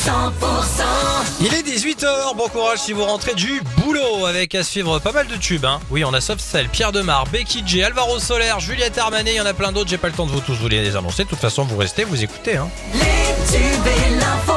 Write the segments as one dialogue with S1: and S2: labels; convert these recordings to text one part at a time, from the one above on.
S1: Il est 18h, bon courage si vous rentrez du boulot avec à suivre pas mal de tubes. Oui, on a Softcell, Pierre Demar, Becky G, Alvaro Soler, Juliette Armanet, il y en a plein d'autres, j'ai pas le temps de vous tous vous les annoncer. De toute façon, vous restez, vous écoutez.
S2: Les tubes et l'info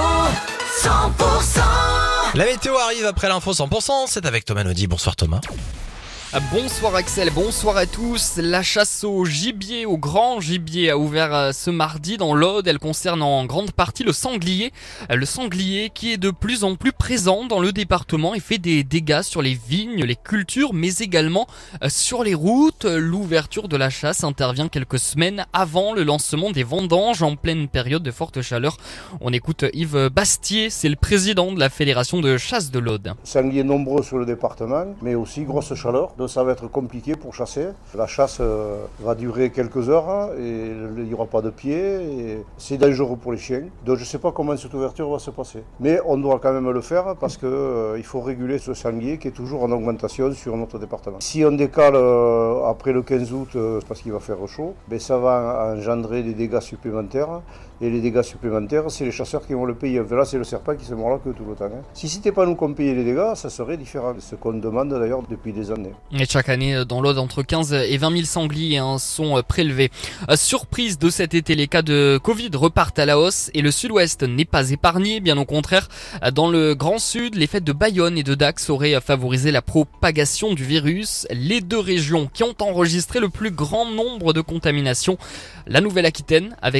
S2: 100%.
S1: La météo arrive après l'info 100%, c'est avec Thomas Naudy. Bonsoir Thomas.
S3: Bonsoir Axel, bonsoir à tous. La chasse au gibier, au grand gibier a ouvert ce mardi dans l'Aude. Elle concerne en grande partie le sanglier. Le sanglier qui est de plus en plus présent dans le département et fait des dégâts sur les vignes, les cultures, mais également sur les routes. L'ouverture de la chasse intervient quelques semaines avant le lancement des vendanges en pleine période de forte chaleur. On écoute Yves Bastier, c'est le président de la Fédération de chasse de l'Aude.
S4: Sangliers nombreux sur le département, mais aussi grosse chaleur. Donc ça va être compliqué pour chasser. La chasse va durer quelques heures et il n'y aura pas de pieds. Et c'est dangereux pour les chiens. Donc je ne sais pas comment cette ouverture va se passer. Mais on doit quand même le faire parce qu'il faut réguler ce sanglier qui est toujours en augmentation sur notre département. Si on décale après le 15 août parce qu'il va faire chaud, ben ça va engendrer des dégâts supplémentaires. Et les dégâts supplémentaires, c'est les chasseurs qui vont le payer. Là, c'est le serpent qui se mord la queue tout le temps. Si c'était pas nous qu'on payait les dégâts, ça serait différent. Ce qu'on demande d'ailleurs depuis des années.
S3: Et chaque année, dans l'Aude, entre 15 et 20 000 sangliers sont prélevés. Surprise de cet été, les cas de Covid repartent à la hausse et le sud-ouest n'est pas épargné. Bien au contraire, dans le Grand Sud, les fêtes de Bayonne et de Dax auraient favorisé la propagation du virus. Les deux régions qui ont enregistré le plus grand nombre de contaminations. La Nouvelle-Aquitaine, avec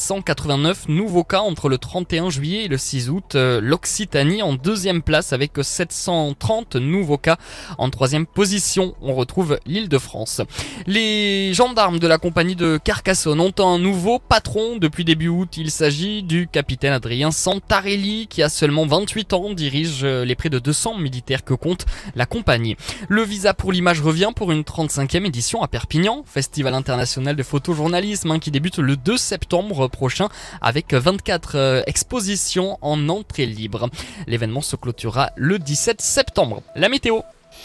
S3: 789 nouveaux cas entre le 31 juillet et le 6 août. L'Occitanie en deuxième place avec 730 nouveaux cas. En troisième position, on retrouve l'Île-de-France. Les gendarmes de la compagnie de Carcassonne ont un nouveau patron depuis début août. Il s'agit du capitaine Adrien Santarelli qui a seulement 28 ans, dirige les près de 200 militaires que compte la compagnie. Le visa pour l'image revient pour une 35e édition à Perpignan, festival international de photojournalisme qui débute le 2 septembre prochain avec 24 expositions en entrée libre. L'événement se clôturera le 17 septembre. La météo.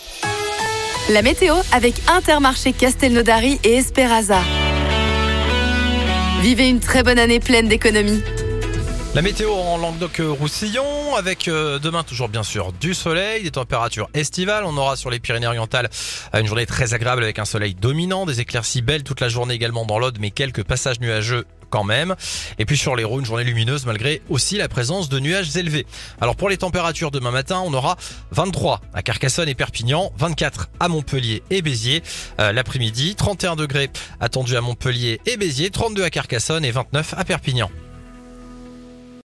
S5: La météo avec Intermarché Castelnaudary et Esperaza. Vivez une très bonne année pleine d'économies.
S1: La météo en Languedoc-Roussillon avec demain toujours bien sûr du soleil, des températures estivales. On aura sur les Pyrénées-Orientales une journée très agréable avec un soleil dominant, des éclaircies belles toute la journée également dans l'Aude, mais quelques passages nuageux quand même. Et puis sur l'Hérault, une journée lumineuse malgré aussi la présence de nuages élevés. Alors pour les températures demain matin, on aura 23 à Carcassonne et Perpignan, 24 à Montpellier et Béziers. L'après-midi, 31 degrés attendus à Montpellier et Béziers, 32 à Carcassonne et 29 à Perpignan.